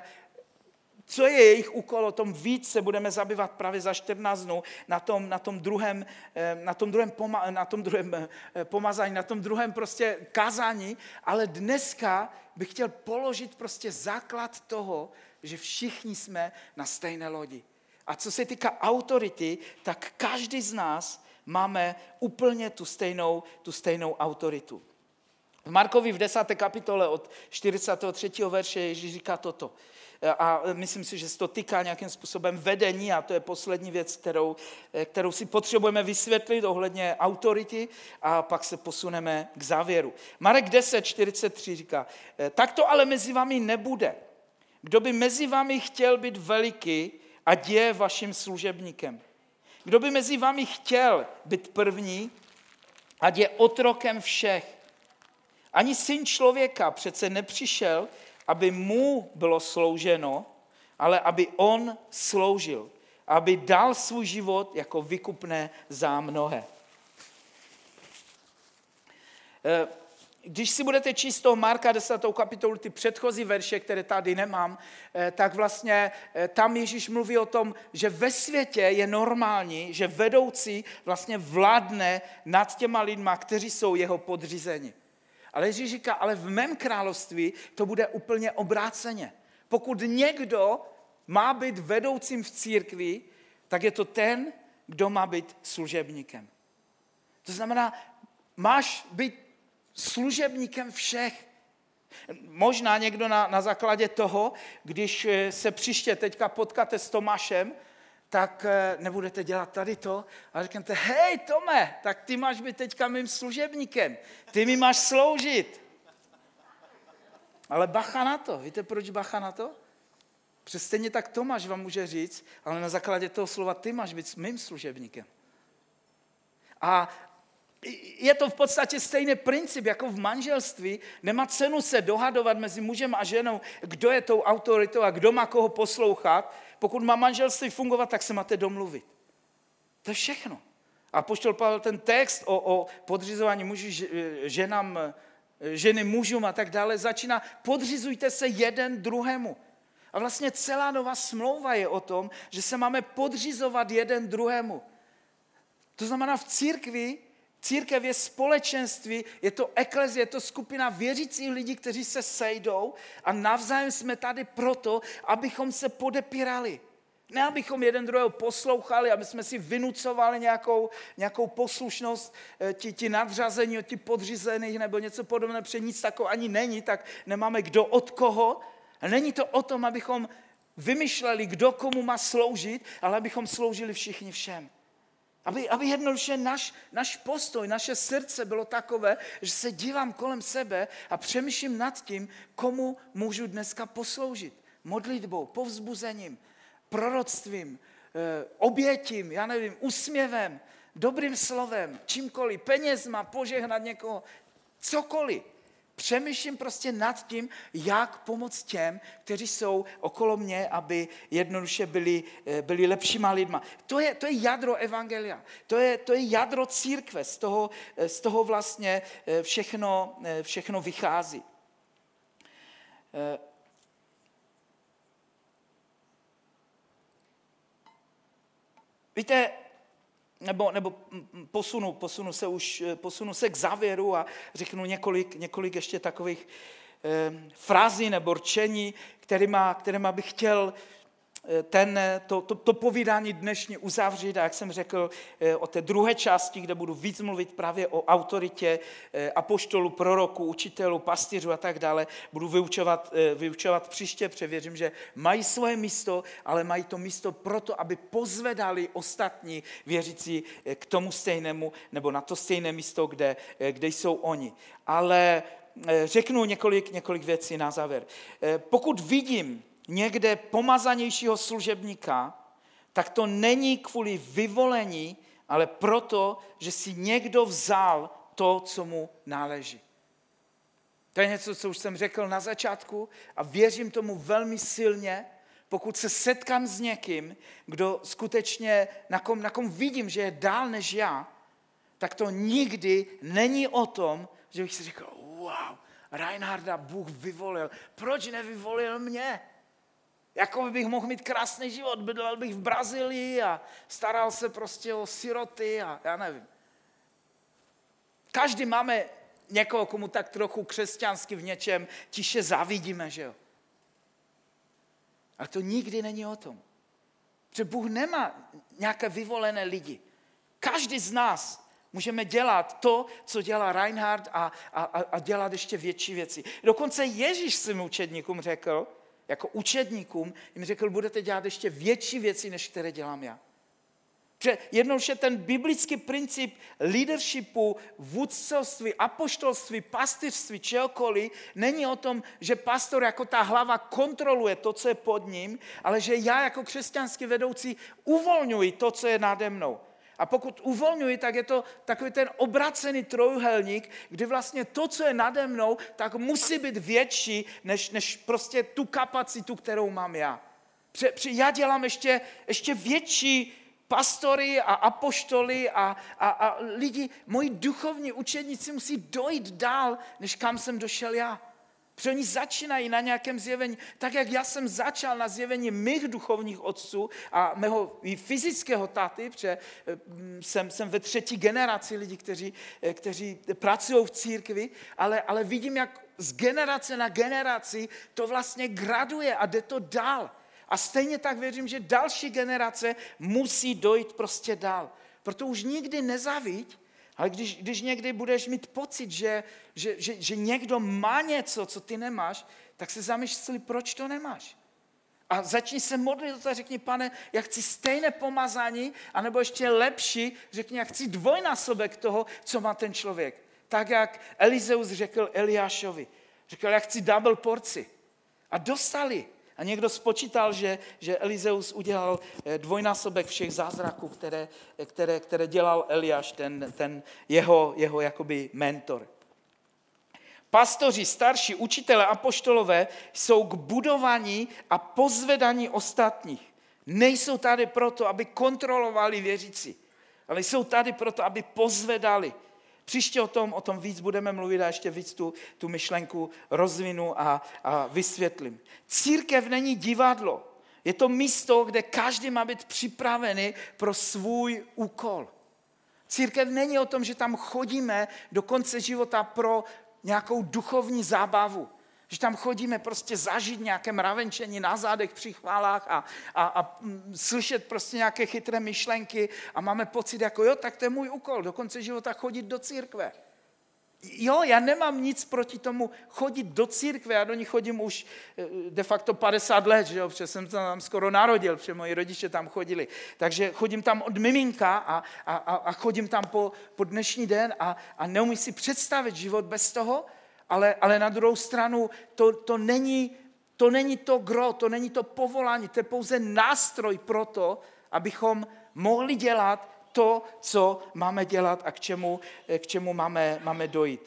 co je jejich úkol, o tom víc se budeme zabývat právě za čtrnáct dnů na tom, na tom druhém, na tom druhém, poma, na tom druhém pomazání, na tom druhém prostě kázání, ale dneska bych chtěl položit prostě základ toho, že všichni jsme na stejné lodi. A co se týká autority, tak každý z nás máme úplně tu stejnou, tu stejnou autoritu. V Markovi v desáté kapitole od čtyřicátého třetího verše Ježíš říká toto. A myslím si, že se to týká nějakým způsobem vedení a to je poslední věc, kterou, kterou si potřebujeme vysvětlit ohledně autority a pak se posuneme k závěru. Marek deset čtyřicet tři říká, tak to ale mezi vámi nebude. Kdo by mezi vámi chtěl být veliký, ať je vaším služebníkem. Kdo by mezi vámi chtěl být první, ať je otrokem všech. Ani syn člověka přece nepřišel, aby mu bylo slouženo, ale aby on sloužil, aby dal svůj život jako výkupné za mnohé. Když si budete číst toho Marka desátou kapitolu, ty předchozí verše, které tady nemám, tak vlastně tam Ježíš mluví o tom, že ve světě je normální, že vedoucí vlastně vládne nad těma lidma, kteří jsou jeho podřízeni. Ale Ježíš říká, ale v mém království to bude úplně obráceně. Pokud někdo má být vedoucím v církvi, tak je to ten, kdo má být služebníkem. To znamená, máš být služebníkem všech. Možná někdo na, na základě toho, když se příště teďka potkáte s Tomášem, tak nebudete dělat tady to a řeknete, hej Tome, tak ty máš být teďka mým služebníkem, ty mi máš sloužit. Ale bacha na to, víte proč bacha na to? Přesně tak Tomáš vám může říct, ale na základě toho slova ty máš být mým služebníkem. A je to v podstatě stejný princip jako v manželství. Nemá cenu se dohadovat mezi mužem a ženou, kdo je tou autoritou a kdo má koho poslouchat. Pokud má manželství fungovat, tak se máte domluvit. To je všechno. A apoštol Pavel ten text o, o podřizování mužů, ženám, ženy mužům a tak dále začíná, podřizujte se jeden druhému. A vlastně celá nová smlouva je o tom, že se máme podřizovat jeden druhému. To znamená v církvi, církev je společenství, je to eklezie, je to skupina věřících lidí, kteří se sejdou a navzájem jsme tady proto, abychom se podepírali. Ne, abychom jeden druhého poslouchali, aby jsme si vynucovali nějakou, nějakou poslušnost, ti, ti nadřazení, ti podřízení nebo něco podobného, protože nic takového ani není, tak nemáme kdo od koho. A není to o tom, abychom vymýšleli, kdo komu má sloužit, ale abychom sloužili všichni všem. Aby, aby jednoduše náš, náš postoj, naše srdce bylo takové, že se dívám kolem sebe a přemýšlím nad tím, komu můžu dneska posloužit. Modlitbou, povzbuzením, proroctvím, obětím, já nevím, úsměvem, dobrým slovem, čímkoliv, penězma, požehnat někoho, cokoliv. Přemýšlím prostě nad tím, jak pomoct těm, kteří jsou okolo mě, aby jednoduše byli, byli lepšíma lidma. To je, to je jádro evangelia, to je, to je jádro církve, z toho, z toho vlastně všechno, všechno vychází. Víte, nebo, nebo posunu, posunu, se už, posunu se k závěru a řeknu několik, několik ještě takových eh, frází nebo rčení, kterýma, kterýma bych chtěl ten, to, to, to povídání dnešní uzavřít. A jak jsem řekl eh, o té druhé části, kde budu víc mluvit právě o autoritě eh, apoštolů, proroků, učitelů, pastýřů a tak dále, budu vyučovat, eh, vyučovat příště, protože věřím, že mají svoje místo, ale mají to místo proto, aby pozvedali ostatní věřící eh, k tomu stejnému, nebo na to stejné místo, kde, eh, kde jsou oni. Ale eh, řeknu několik, několik věcí na závěr. Eh, pokud vidím někde pomazanějšího služebníka, tak to není kvůli vyvolení, ale proto, že si někdo vzal to, co mu náleží. To je něco, co už jsem řekl na začátku a věřím tomu velmi silně, pokud se setkám s někým, kdo skutečně, na kom, na kom vidím, že je dál než já, tak to nikdy není o tom, že bych si řekl, wow, Reinharda Bůh vyvolil, proč nevyvolil mě? Jako bych mohl mít krásný život, bydlel bych v Brazílii a staral se prostě o siroty a já nevím. Každý máme někoho, komu tak trochu křesťansky v něčem tiše závidíme, že jo? Ale to nikdy není o tom. Protože Bůh nemá nějaké vyvolené lidi. Každý z nás můžeme dělat to, co dělá Reinhard a, a, a dělat ještě větší věci. Dokonce Ježíš svým učedníkům řekl, jako učedníkům, jim řekl, budete dělat ještě větší věci, než které dělám já. Protože jednoduše ten biblický princip leadershipu, vůdcovství, apoštolství, pastýřství, čehokoliv, není o tom, že pastor jako ta hlava kontroluje to, co je pod ním, ale že já jako křesťanský vedoucí uvolňuji to, co je nade mnou. A pokud uvolňuji, tak je to takový ten obracený trojuhelník, kdy vlastně to, co je nade mnou, tak musí být větší, než, než prostě tu kapacitu, kterou mám já. Pře, pře, já dělám ještě, ještě větší pastory a apoštoly a, a, a lidi, moji duchovní učedníci musí dojít dál, než kam jsem došel já. Protože oni začínají na nějakém zjevení, tak jak já jsem začal na zjevení mých duchovních otců a mého i fyzického táty, protože jsem, jsem ve třetí generaci lidí, kteří, kteří pracují v církvi, ale, ale vidím, jak z generace na generaci to vlastně graduje a jde to dál. A stejně tak věřím, že další generace musí dojít prostě dál. Proto už nikdy nezavíď, ale když, když někdy budeš mít pocit, že, že, že, že někdo má něco, co ty nemáš, tak se zamýšlí, proč to nemáš. A začni se modlit a řekni, Pane, já chci stejné pomazání, anebo ještě lepší, řekni, já chci dvojnásobek toho, co má ten člověk. Tak, jak Elizeus řekl Eliášovi. Řekl, já chci double porci. A dostali. A někdo spočítal, že, že Elizeus udělal dvojnásobek všech zázraků, které, které, které dělal Eliáš, ten, ten jeho, jeho jakoby mentor. Pastoři, starší, učitelé, apoštolové jsou k budování a pozvedání ostatních. Nejsou tady proto, aby kontrolovali věřící, ale jsou tady proto, aby pozvedali. Příště o tom, o tom víc budeme mluvit a ještě víc tu, tu myšlenku rozvinu a, a vysvětlím. Církev není divadlo. Je to místo, kde každý má být připravený pro svůj úkol. Církev není o tom, že tam chodíme do konce života pro nějakou duchovní zábavu. Že tam chodíme prostě zažít nějaké mravenčení na zádech při chválách a, a, a slyšet prostě nějaké chytré myšlenky a máme pocit jako jo, tak to je můj úkol, do konce života chodit do církve. Jo, já nemám nic proti tomu chodit do církve, já do ní chodím už de facto padesát let, že jo, protože jsem tam skoro narodil, protože moji rodiče tam chodili. Takže chodím tam od miminka a, a, a chodím tam po, po dnešní den a, a neumím si představit život bez toho, ale, ale na druhou stranu to, to, není, to není to gro, to není to povolání, to je pouze nástroj pro to, abychom mohli dělat to, co máme dělat a k čemu, k čemu máme, máme dojít.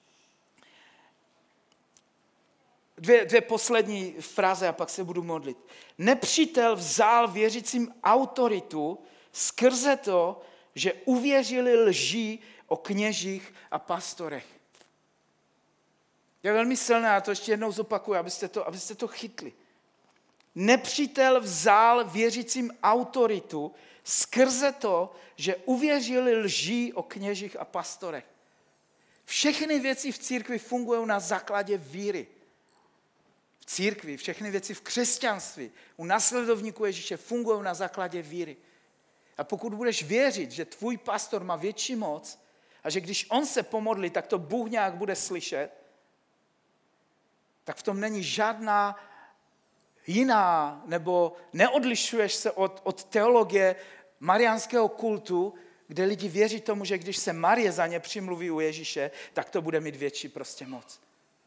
Dvě, dvě poslední fráze a pak se budu modlit. Nepřítel vzal věřícím autoritu skrze to, že uvěřili lži o kněžích a pastorech. Je velmi silné, já to ještě jednou zopakuju, abyste to, abyste to chytli. Nepřítel vzal věřícím autoritu skrze to, že uvěřili lži o kněžích a pastorech. Všechny věci v církvi fungují na základě víry. V církvi, všechny věci v křesťanství, u následovníků Ježíše fungují na základě víry. A pokud budeš věřit, že tvůj pastor má větší moc a že když on se pomodlí, tak to Bůh nějak bude slyšet, tak v tom není žádná jiná, nebo neodlišuješ se od, od teologie mariánského kultu, kde lidi věří tomu, že když se Marie za ně přimluví u Ježíše, tak to bude mít větší prostě moc.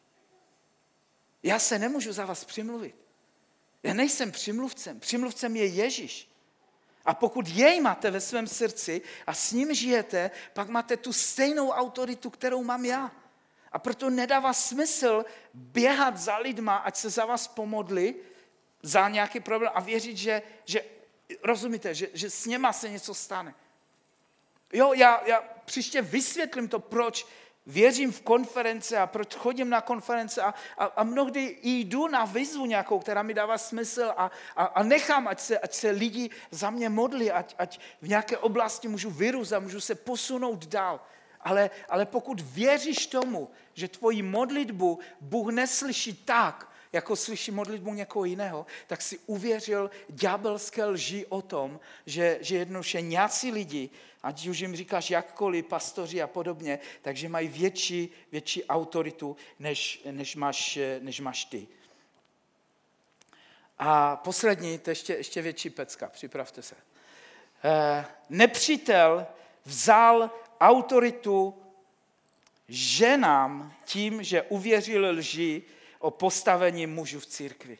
Já se nemůžu za vás přimluvit. Já nejsem přimluvcem. Přimluvcem je Ježíš. A pokud jej máte ve svém srdci a s ním žijete, pak máte tu stejnou autoritu, kterou mám já. A proto nedává smysl běhat za lidma, ať se za vás pomodli, za nějaký problém a věřit, že, že rozumíte, že, že s něma se něco stane. Jo, já, já příště vysvětlím to, proč věřím v konference a proč chodím na konference a, a, a mnohdy jdu na výzvu nějakou, která mi dává smysl a, a, a nechám, ať se, ať se lidi za mě modlí, ať, ať v nějaké oblasti můžu vyrůst a můžu se posunout dál. Ale, ale pokud věříš tomu, že tvoji modlitbu Bůh neslyší tak, jako slyší modlitbu někoho jiného, tak si uvěřil ďábelské lži o tom, že, že jednoduše nějací lidi, ať už jim říkáš jakkoliv, pastoři a podobně, takže mají větší, větší autoritu, než, než, máš, než máš ty. A poslední, to ještě, ještě větší pecka, připravte se. E, nepřítel vzal autoritu ženám tím, že uvěřil lži o postavení mužů v církvi.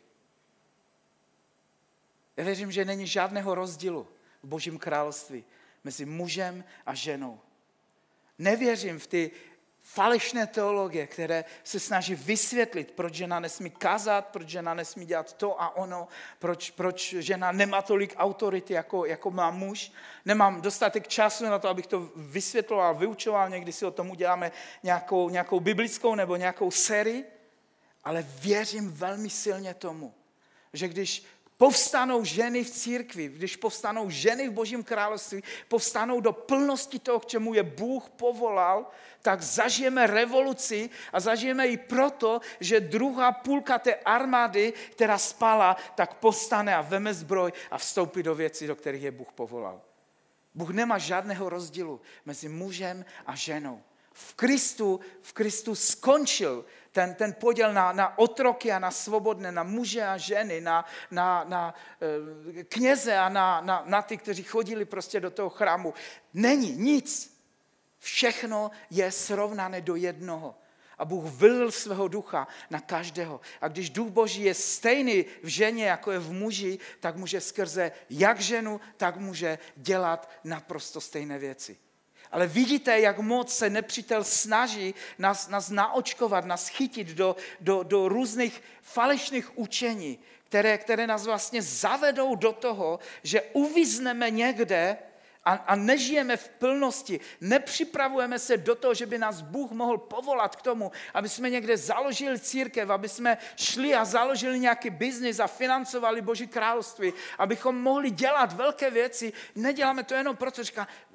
Já věřím, že není žádného rozdílu v Božím království mezi mužem a ženou. Nevěřím v ty falešné teologie, které se snaží vysvětlit, proč žena nesmí kázat, proč žena nesmí dělat to a ono, proč, proč žena nemá tolik autority, jako, jako má muž. Nemám dostatek času na to, abych to vysvětloval, vyučoval, někdy si o tom uděláme nějakou, nějakou biblickou nebo nějakou sérii, ale věřím velmi silně tomu, že když povstanou ženy v církvi, když povstanou ženy v Božím království, povstanou do plnosti toho, k čemu je Bůh povolal, tak zažijeme revoluci a zažijeme ji proto, že druhá půlka té armády, která spala, tak povstane a veme zbroj a vstoupí do věcí, do kterých je Bůh povolal. Bůh nemá žádného rozdílu mezi mužem a ženou. V Kristu, v Kristu skončil ten, ten poděl na, na otroky a na svobodné, na muže a ženy, na, na, na e, kněze a na, na, na ty, kteří chodili prostě do toho chrámu. Není nic. Všechno je srovnané do jednoho. A Bůh vylil svého ducha na každého. A když duch Boží je stejný v ženě, jako je v muži, tak může skrze jak ženu, tak může dělat naprosto stejné věci. Ale vidíte, jak moc se nepřítel snaží nás, nás naočkovat, nás chytit do, do, do různých falešných učení, které, které nás vlastně zavedou do toho, že uvízneme někde a, a nežijeme v plnosti. Nepřipravujeme se do toho, že by nás Bůh mohl povolat k tomu, aby jsme někde založili církev, aby jsme šli a založili nějaký biznis a financovali Boží království, abychom mohli dělat velké věci. Neděláme to jenom proto, že říká,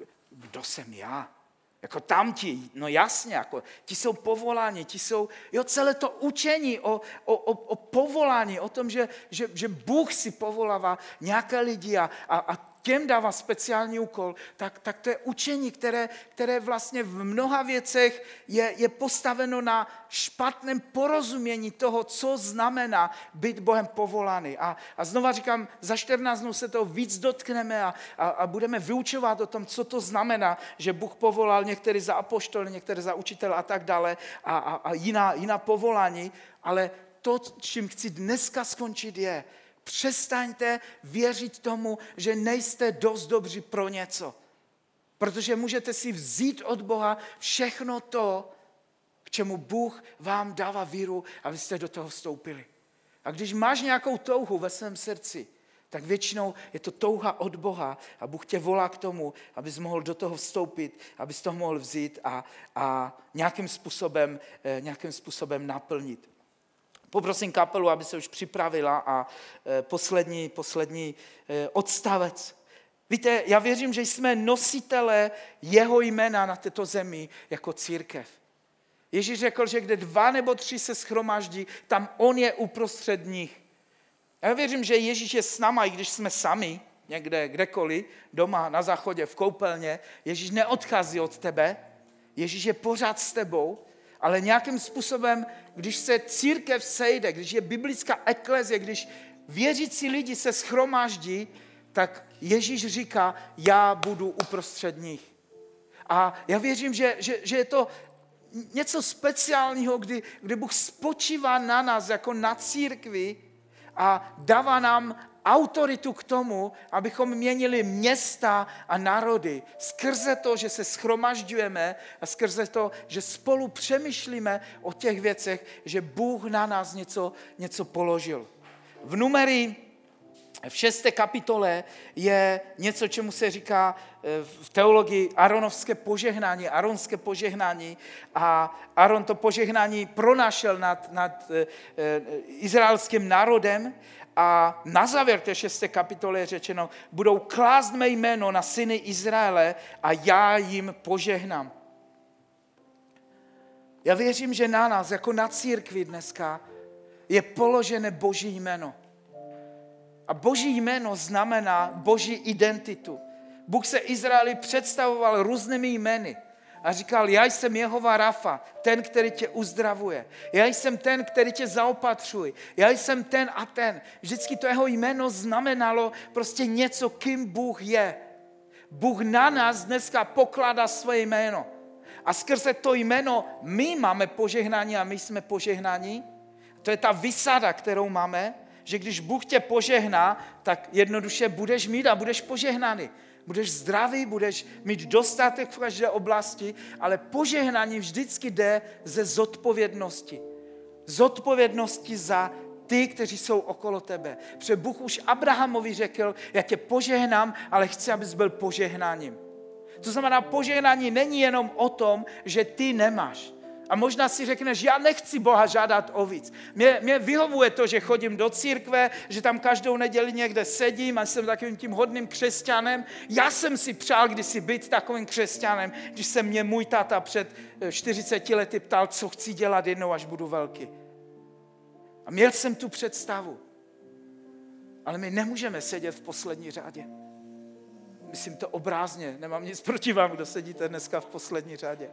kdo jsem já? Jako tamti, no jasně, jako, ti jsou povoláni, ti jsou, jo, celé to učení o, o, o, o povolání, o tom, že, že, že Bůh si povolává nějaké lidi a, a, a těm dává speciální úkol, tak, tak to je učení, které, které vlastně v mnoha věcech je, je postaveno na špatném porozumění toho, co znamená být Bohem povolaný. A, a znova říkám, za čtrnáct dnů se toho víc dotkneme a, a, a budeme vyučovat o tom, co to znamená, že Bůh povolal některý za apoštoly, některý za učitel a tak dále a, a, a jiná, jiná povolání, ale to, čím chci dneska skončit, je, přestaňte věřit tomu, že nejste dost dobří pro něco. Protože můžete si vzít od Boha všechno to, k čemu Bůh vám dává víru, abyste do toho vstoupili. A když máš nějakou touhu ve svém srdci, tak většinou je to touha od Boha a Bůh tě volá k tomu, abys mohl do toho vstoupit, abys to mohl vzít a, a nějakým způsobem, nějakým způsobem naplnit. Poprosím kapelu, aby se už připravila a poslední, poslední odstavec. Víte, já věřím, že jsme nositelé jeho jména na této zemi jako církev. Ježíš řekl, že kde dva nebo tři se shromáždí, tam on je uprostřed nich. Já věřím, že Ježíš je s náma, i když jsme sami, někde, kdekoliv, doma, na záchodě, v koupelně. Ježíš neodchází od tebe, Ježíš je pořád s tebou, ale nějakým způsobem, když se církev sejde, když je biblická eklezie, když věřící lidi se shromáždí, tak Ježíš říká, já budu uprostřed nich. A já věřím, že, že, že je to něco speciálního, kdy, kdy Bůh spočívá na nás jako na církvi a dává nám autoritu k tomu, abychom měnili města a národy. Skrze to, že se shromažďujeme a skrze to, že spolu přemýšlíme o těch věcech, že Bůh na nás něco, něco položil. V Numery v šesté kapitole je něco, čemu se říká v teologii Aronovské požehnání, Aronské požehnání a Aron to požehnání pronášel nad, nad e, e, izraelským národem a na závěr té šesté kapitoly je řečeno, budou klást mé jméno na syny Izraele a já jim požehnám. Já věřím, že na nás, jako na církvi dneska, je položené Boží jméno. A Boží jméno znamená Boží identitu. Bůh se Izraeli představoval různými jmény a říkal, já jsem Jehova Rafa, ten, který tě uzdravuje. Já jsem ten, který tě zaopatřuje. Já jsem ten a ten. Vždycky to jeho jméno znamenalo prostě něco, kým Bůh je. Bůh na nás dneska pokládá své jméno. A skrze to jméno my máme požehnání a my jsme požehnáni. To je ta výsada, kterou máme, že když Bůh tě požehná, tak jednoduše budeš mít a budeš požehnaný. Budeš zdravý, budeš mít dostatek v každé oblasti, ale požehnání vždycky jde ze zodpovědnosti. Zodpovědnosti za ty, kteří jsou okolo tebe. Protože Bůh už Abrahamovi řekl, já tě požehnám, ale chci, abys byl požehnáním. To znamená, požehnání není jenom o tom, že ty nemáš. A možná si řekneš, já nechci Boha žádat o víc. Mě, mě vyhovuje to, že chodím do církve, že tam každou neděli někde sedím a jsem takovým tím hodným křesťanem. Já jsem si přál kdysi být takovým křesťanem, když se mě můj táta před čtyřiceti lety ptal, co chci dělat jednou, až budu velký. A měl jsem tu představu. Ale my nemůžeme sedět v poslední řadě. Myslím to obrazně, nemám nic proti vám, kdo sedíte dneska v poslední řadě.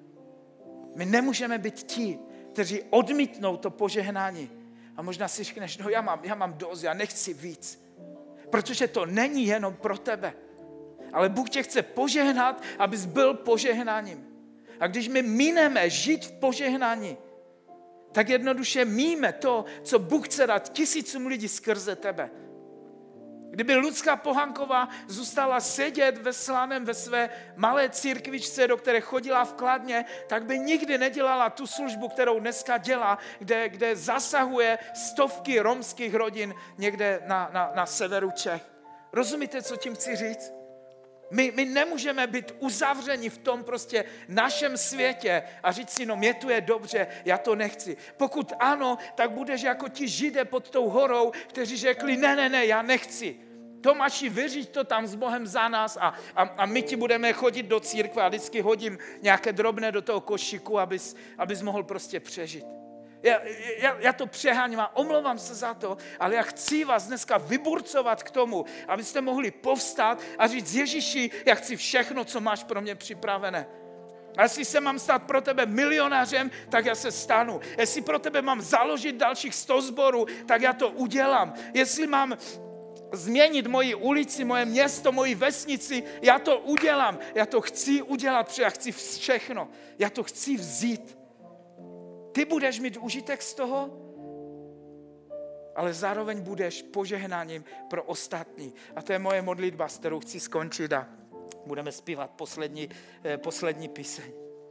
My nemůžeme být ti, kteří odmítnou to požehnání. A možná si řekneš, no já mám, já mám dost, já nechci víc. Protože to není jenom pro tebe. Ale Bůh tě chce požehnat, abys byl požehnáním. A když my mineme žít v požehnání, tak jednoduše míme to, co Bůh chce dát tisícům lidí skrze tebe. Kdyby Lucka Pohanková zůstala sedět ve Slaném, ve své malé církvičce, do které chodila v Kladně, tak by nikdy nedělala tu službu, kterou dneska dělá, kde, kde zasahuje stovky romských rodin někde na, na, na severu Čech. Rozumíte, co tím chci říct? My, my nemůžeme být uzavřeni v tom prostě našem světě a říct si, no mě tu je dobře, já to nechci. Pokud ano, tak budeš jako ti Židé pod tou horou, kteří řekli, ne, ne, ne, já nechci. Tomáši, vyřiď to tam s Bohem za nás a, a, a my ti budeme chodit do církve a vždycky hodím nějaké drobné do toho košíku, abys, abys mohl prostě přežít. Já, já, já to přeháním a omlouvám se za to, ale já chci vás dneska vyburcovat k tomu, abyste mohli povstat a říct, Ježíši, já chci všechno, co máš pro mě připravené. A jestli se mám stát pro tebe milionářem, tak já se stanu. Jestli pro tebe mám založit dalších sto sborů, tak já to udělám. Jestli mám změnit moji ulici, moje město, moji vesnici, já to udělám. Já to chci udělat, protože já chci všechno. Já to chci vzít. Ty budeš mít užitek z toho, ale zároveň budeš požehnáním pro ostatní. A to je moje modlitba, s kterou chci skončit a budeme zpívat poslední, eh, poslední píseň.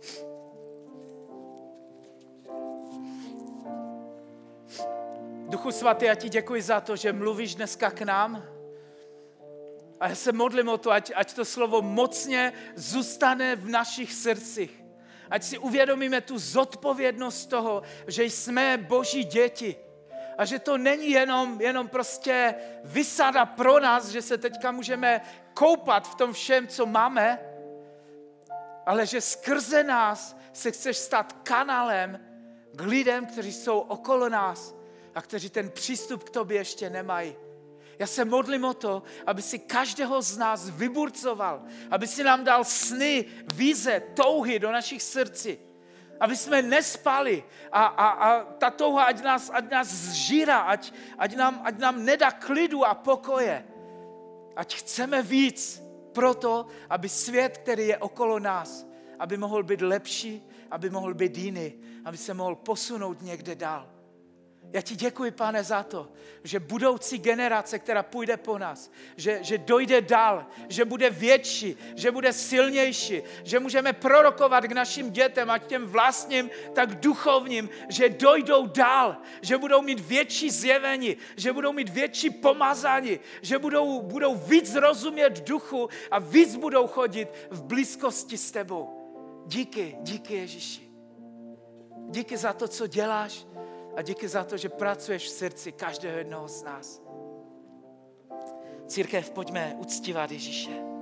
Duchu svatý, já ti děkuji za to, že mluvíš dneska k nám. A já se modlím o to, ať, ať to slovo mocně zůstane v našich srdcích. Ať si uvědomíme tu zodpovědnost toho, že jsme Boží děti. A že to není jenom, jenom prostě vysada pro nás, že se teďka můžeme koupat v tom všem, co máme, ale že skrze nás se chceš stát kanálem k lidem, kteří jsou okolo nás a kteří ten přístup k tobě ještě nemají. Já se modlím o to, aby si každého z nás vyburcoval, aby si nám dal sny, vize, touhy do našich srdcí, aby jsme nespali a, a, a ta touha, ať nás, ať nás zžírá, ať, ať, nám, ať nám nedá klidu a pokoje. Ať chceme víc proto, aby svět, který je okolo nás, aby mohl být lepší, aby mohl být jiný, aby se mohl posunout někde dál. Já ti děkuji, Pane, za to, že budoucí generace, která půjde po nás, že, že dojde dál, že bude větší, že bude silnější, že můžeme prorokovat k našim dětem, ať těm vlastním, tak duchovním, že dojdou dál, že budou mít větší zjevení, že budou mít větší pomazání, že budou, budou víc rozumět duchu a víc budou chodit v blízkosti s tebou. Díky, díky Ježíši. Díky za to, co děláš. A díky za to, že pracuješ v srdci každého jednoho z nás. Církev, pojďme uctívat Ježíše.